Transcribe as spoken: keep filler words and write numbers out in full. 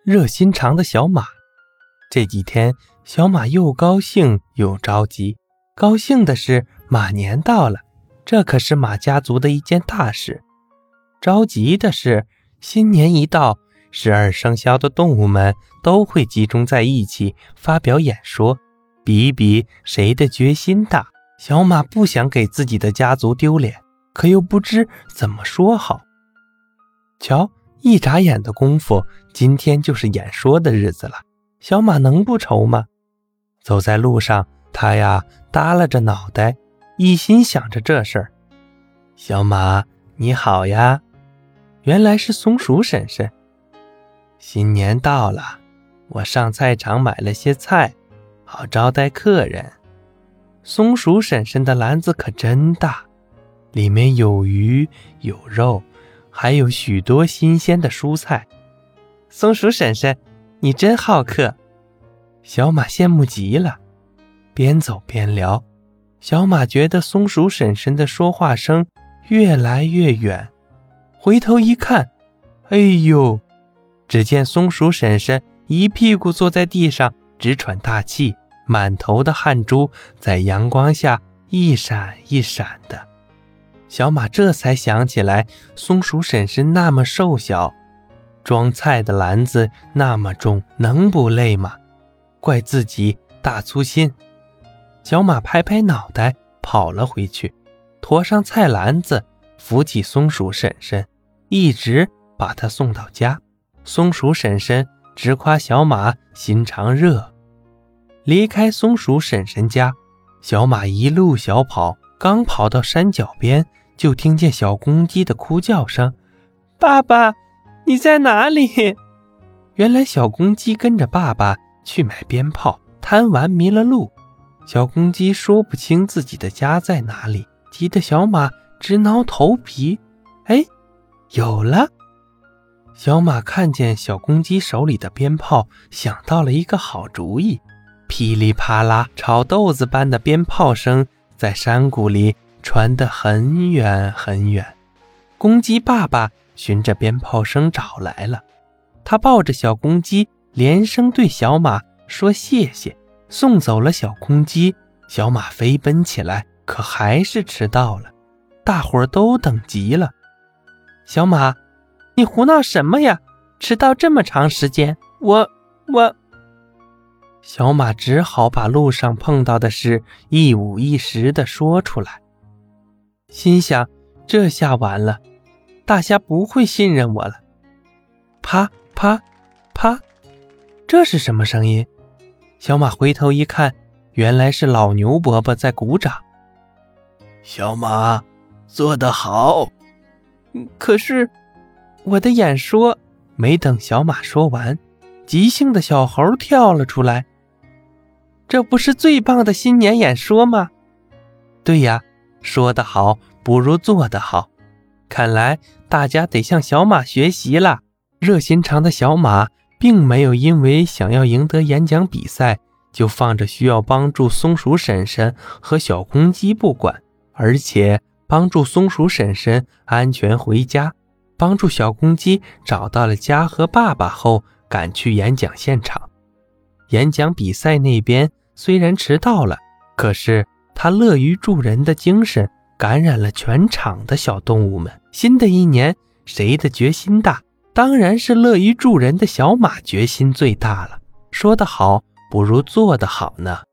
热心肠的小马。这几天，小马又高兴又着急。高兴的是马年到了，这可是马家族的一件大事。着急的是新年一到，十二生肖的动物们都会集中在一起发表演说，比一比谁的决心大。小马不想给自己的家族丢脸，可又不知怎么说好。瞧，一眨眼的功夫，今天就是演说的日子了，小马能不愁吗？走在路上，他呀耷拉着脑袋，一心想着这事儿。小马你好呀，原来是松鼠婶婶。新年到了，我上菜场买了些菜，好招待客人。松鼠婶婶的篮子可真大，里面有鱼有肉，还有许多新鲜的蔬菜。松鼠婶婶，你真好客。小马羡慕极了，边走边聊。小马觉得松鼠婶婶的说话声越来越远，回头一看，哎呦，只见松鼠婶婶一屁股坐在地上，直喘大气，满头的汗珠在阳光下一闪一闪的。小马这才想起来，松鼠婶婶那么瘦小，装菜的篮子那么重，能不累吗？怪自己大粗心。小马拍拍脑袋跑了回去，驮上菜篮子，扶起松鼠婶婶，一直把她送到家。松鼠婶婶直夸小马心肠热。离开松鼠婶婶家，小马一路小跑，刚跑到山脚边，就听见小公鸡的哭叫声：爸爸，你在哪里？原来小公鸡跟着爸爸去买鞭炮，贪玩迷了路。小公鸡说不清自己的家在哪里，急得小马直挠头皮。哎，有了！小马看见小公鸡手里的鞭炮，想到了一个好主意。噼里啪啦，炒豆子般的鞭炮声在山谷里传得很远很远。公鸡爸爸循着鞭炮声找来了，他抱着小公鸡，连声对小马说谢谢，送走了小公鸡。小马飞奔起来，可还是迟到了，大伙儿都等急了。小马，你胡闹什么呀？迟到这么长时间，我我小马只好把路上碰到的事一五一十地说出来，心想这下完了，大家不会信任我了。啪啪啪，这是什么声音？小马回头一看，原来是老牛伯伯在鼓掌。 小马，做得好。 可是我的演说……没等小马说完，急性的小猴跳了出来。这不是最棒的新年演说吗？对呀，说得好不如做得好。看来大家得向小马学习了。热心肠的小马并没有因为想要赢得演讲比赛，就放着需要帮助松鼠婶婶和小公鸡不管，而且帮助松鼠婶婶安全回家，帮助小公鸡找到了家和爸爸后，赶去演讲现场。演讲比赛那边虽然迟到了，可是他乐于助人的精神感染了全场的小动物们。新的一年，谁的决心大？当然是乐于助人的小马决心最大了。说得好不如做得好呢。